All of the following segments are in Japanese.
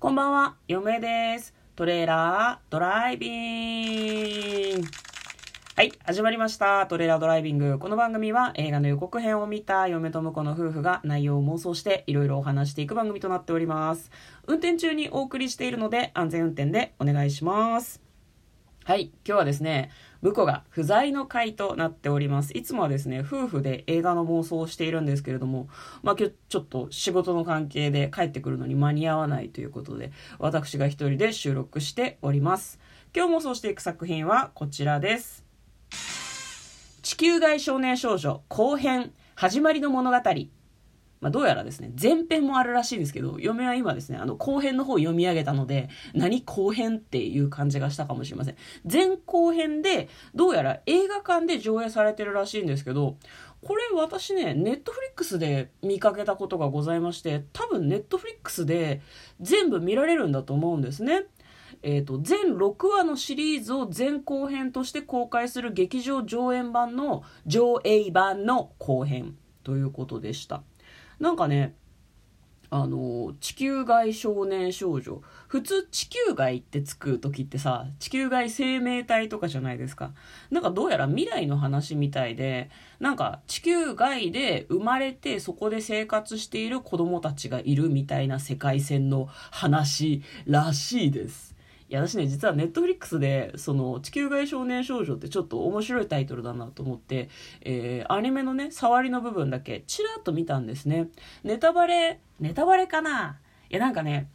こんばんは、嫁です。トレーラードライビング。はい、始まりました。トレーラードライビング。この番組は映画の予告編を見た嫁と婿の夫婦が内容を妄想していろいろお話していく番組となっております。運転中にお送りしているので安全運転でお願いします。はい、今日はですね、婿が不在の回となっております。いつもはですね、夫婦で映画の妄想をしているんですけれども、今日ちょっと仕事の関係で帰ってくるのに間に合わないということで、私が一人で収録しております。今日妄想していく作品はこちらです。地球外少年少女後編始まりの物語。どうやらですね、前編もあるらしいですけど、嫁は今ですね、後編の方を読み上げたので、何後編っていう感じがしたかもしれません。前後編で、どうやら映画館で上映されてるらしいんですけど、これ私ね、ネットフリックスで見かけたことがございまして、多分ネットフリックスで全部見られるんだと思うんですね。全6話のシリーズを前後編として公開する劇場上映版の後編ということでした。なんかね、地球外少年少女。普通地球外ってつく時ってさ、地球外生命体とかじゃないですか。なんかどうやら未来の話みたいで、なんか地球外で生まれてそこで生活している子供たちがいるみたいな世界線の話らしいです。いや、私ね、実はネットフリックスで、その、地球外少年少女ってちょっと面白いタイトルだなと思って、アニメのね、触りの部分だけ、チラッと見たんですね。ネタバレかな。いや、なんかね、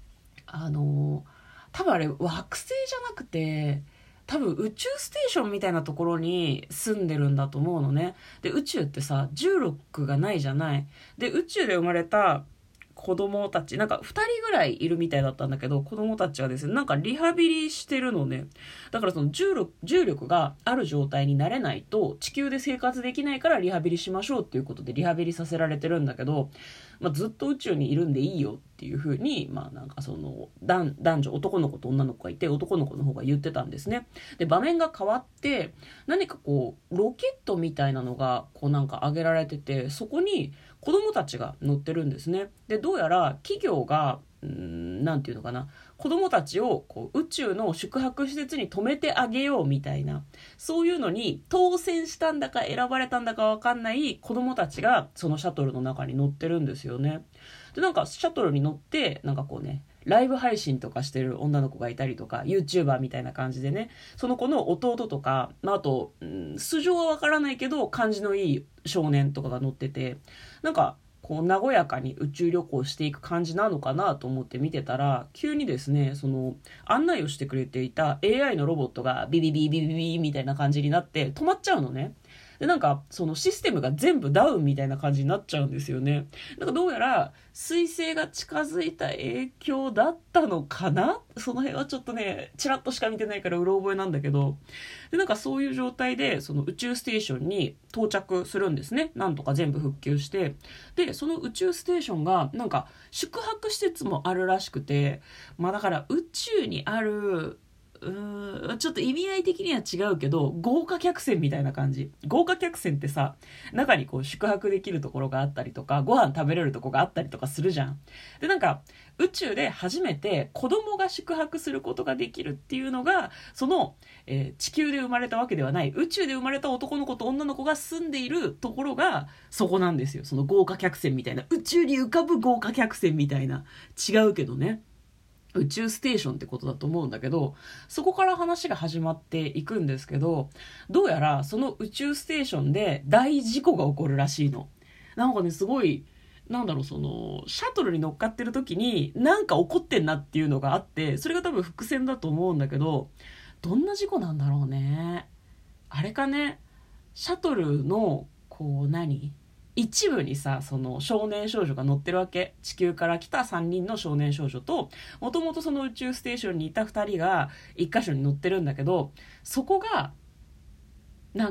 多分あれ、惑星じゃなくて、多分宇宙ステーションみたいなところに住んでるんだと思うのね。で、宇宙ってさ、重力がないじゃない。で、宇宙で生まれた子供たち、なんか2人ぐらいいるみたいだったんだけど、子供たちはですね、なんかリハビリしてるのね。だからその重力がある状態になれないと地球で生活できないからリハビリしましょうっていうことでリハビリさせられてるんだけど、ずっと宇宙にいるんでいいよっていう風に、なんかその男女、男の子と女の子がいて、男の子の方が言ってたんですね。で、場面が変わって、何かこう、ロケットみたいなのが、こうなんか上げられてて、そこに子供たちが乗ってるんですね。で、どうやら企業が、なんていうのかな、子供たちをこう宇宙の宿泊施設に泊めてあげようみたいな、そういうのに当選したんだか選ばれたんだかわかんない子供たちがそのシャトルの中に乗ってるんですよね。で、なんかシャトルに乗って、なんかこうね、ライブ配信とかしてる女の子がいたりとか、YouTuber みたいな感じでね、その子の弟とか、あと、素性はわからないけど、感じのいい少年とかが乗ってて、なんか、こう、和やかに宇宙旅行していく感じなのかなと思って見てたら、急にですね、その、案内をしてくれていた AI のロボットがビビビビビビみたいな感じになって止まっちゃうのね。で、なんか、そのシステムが全部ダウンみたいな感じになっちゃうんですよね。なんかどうやら、彗星が近づいた影響だったのかな。その辺はちょっとね、チラッとしか見てないからうろ覚えなんだけど。で、なんかそういう状態で、その宇宙ステーションに到着するんですね。なんとか全部復旧して。で、その宇宙ステーションが、なんか、宿泊施設もあるらしくて、だから宇宙にある、ちょっと意味合い的には違うけど、豪華客船みたいな感じ。豪華客船ってさ、中にこう宿泊できるところがあったりとか、ご飯食べれるとこがあったりとかするじゃん。で、なんか、宇宙で初めて子供が宿泊することができるっていうのが、その、地球で生まれたわけではない、宇宙で生まれた男の子と女の子が住んでいるところが、そこなんですよ。その豪華客船みたいな、宇宙に浮かぶ豪華客船みたいな。違うけどね。宇宙ステーションってことだと思うんだけど、そこから話が始まっていくんですけど、どうやらその宇宙ステーションで大事故が起こるらしいの。なんかね、すごい、その、シャトルに乗っかってる時になんか起こってんなっていうのがあって、それが多分伏線だと思うんだけど、どんな事故なんだろうね。あれかね、シャトルの、こう一部にさ、その少年少女が乗ってるわけ。地球から来た3人の少年少女と、もともとその宇宙ステーションにいた2人が1箇所に乗ってるんだけど、そこが、なんか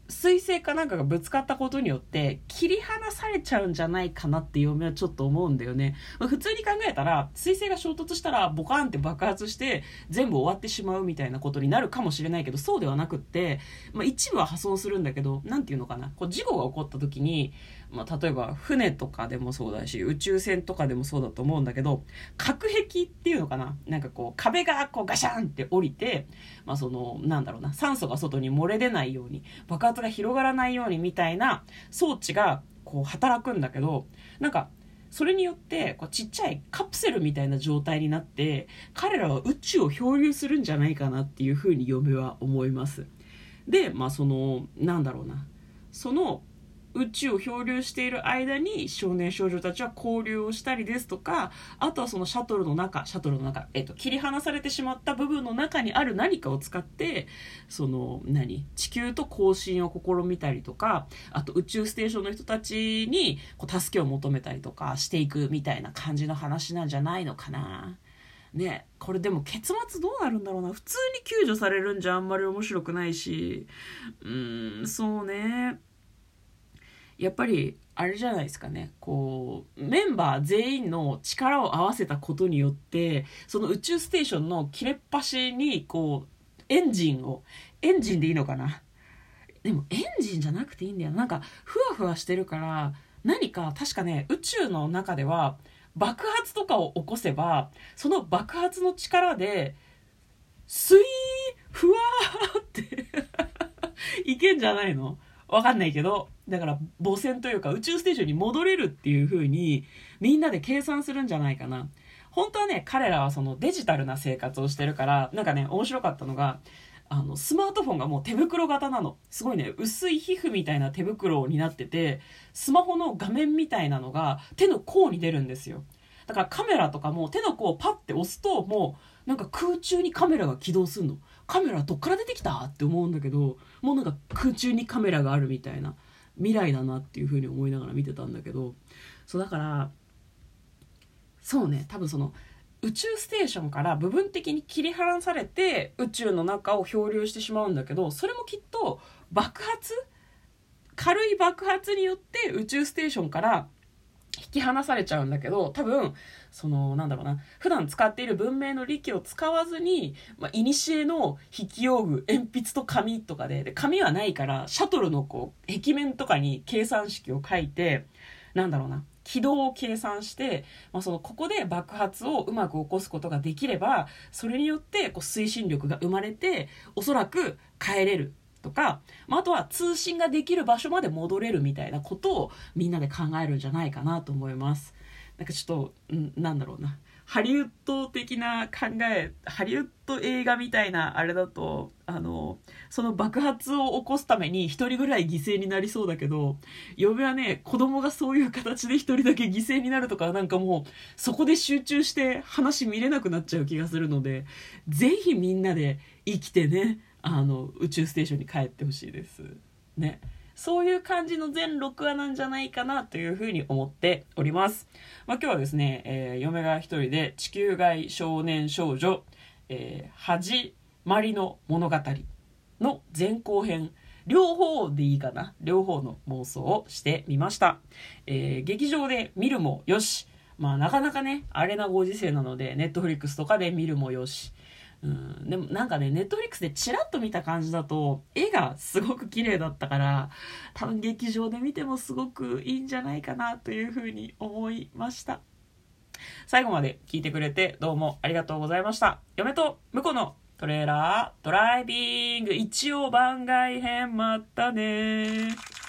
彗星かなんかがぶつかったことによって切り離されちゃうんじゃないかなって嫁はちょっと思うんだよね。普通に考えたら彗星が衝突したらボカーンって爆発して全部終わってしまうみたいなことになるかもしれないけど、そうではなくって、一部は破損するんだけど、なんていうのかな、こう事故が起こった時に、例えば船とかでもそうだし宇宙船とかでもそうだと思うんだけど、隔壁っていうのかな、なんかこう壁がこうガシャンって降りて、そのなんだろうな、酸素が外に漏れ出ないように爆発が広がらないようにみたいな装置がこう働くんだけど、なんかそれによってこうちっちゃいカプセルみたいな状態になって彼らは宇宙を漂流するんじゃないかなっていうふうに嫁は思います。でそのなんだろうな、その宇宙を漂流している間に少年少女たちは交流をしたりですとか、あとはそのシャトルの中、切り離されてしまった部分の中にある何かを使ってその地球と交信を試みたりとか、あと宇宙ステーションの人たちにこう助けを求めたりとかしていくみたいな感じの話なんじゃないのかな。ね、これでも結末どうなるんだろうな。普通に救助されるんじゃあんまり面白くないし、そうね、やっぱりあれじゃないですかね、こうメンバー全員の力を合わせたことによってその宇宙ステーションの切れっ端にこうエンジンでいいのかな、でもエンジンじゃなくていいんだよ、なんかふわふわしてるから、何か確かね、宇宙の中では爆発とかを起こせばその爆発の力でスイーふわーっていけんじゃないの、わかんないけど、だから母船というか宇宙ステーションに戻れるっていう風にみんなで計算するんじゃないかな。本当はね、彼らはそのデジタルな生活をしてるから、なんかね、面白かったのが、スマートフォンがもう手袋型なの。すごいね、薄い皮膚みたいな手袋になってて、スマホの画面みたいなのが手の甲に出るんですよ。だからカメラとかも手の甲をパッて押すと、もうなんか空中にカメラが起動するの。カメラどっから出てきたって思うんだけど、もうなんか空中にカメラがあるみたいな未来だなっていう風に思いながら見てたんだけど、そうだからそうね、多分その宇宙ステーションから部分的に切り離されて宇宙の中を漂流してしまうんだけど、それもきっと軽い爆発によって宇宙ステーションから引き離されちゃうんだけど、多分そのなんだろうな、普段使っている文明の利器を使わずに、古の筆記用具、鉛筆と紙とかで紙はないからシャトルのこう壁面とかに計算式を書いて、なんだろうな、軌道を計算して、そのここで爆発をうまく起こすことができれば、それによってこう推進力が生まれておそらく帰れるとか、あとは通信ができる場所まで戻れるみたいなことをみんなで考えるんじゃないかなと思います。なんかちょっとなんだろうな、ハリウッド的な考え、ハリウッド映画みたいなあれだとその爆発を起こすために一人ぐらい犠牲になりそうだけど、嫁はね、子供がそういう形で一人だけ犠牲になるとか、なんかもうそこで集中して話見れなくなっちゃう気がするので、ぜひみんなで生きてね、宇宙ステーションに帰ってほしいですね。そういう感じの全6話なんじゃないかなというふうに思っております。今日はですね、嫁が一人で地球外少年少女、始まりの物語の前後編両方でいいかな、両方の妄想をしてみました。劇場で見るもよし、なかなかねあれなご時世なのでネットフリックスとかで見るもよし、でもなんかね、ネットフリックスでチラッと見た感じだと絵がすごく綺麗だったから、多分劇場で見てもすごくいいんじゃないかなというふうに思いました。最後まで聞いてくれてどうもありがとうございました。嫁と婿のトレーラードライビング一応番外編、またね。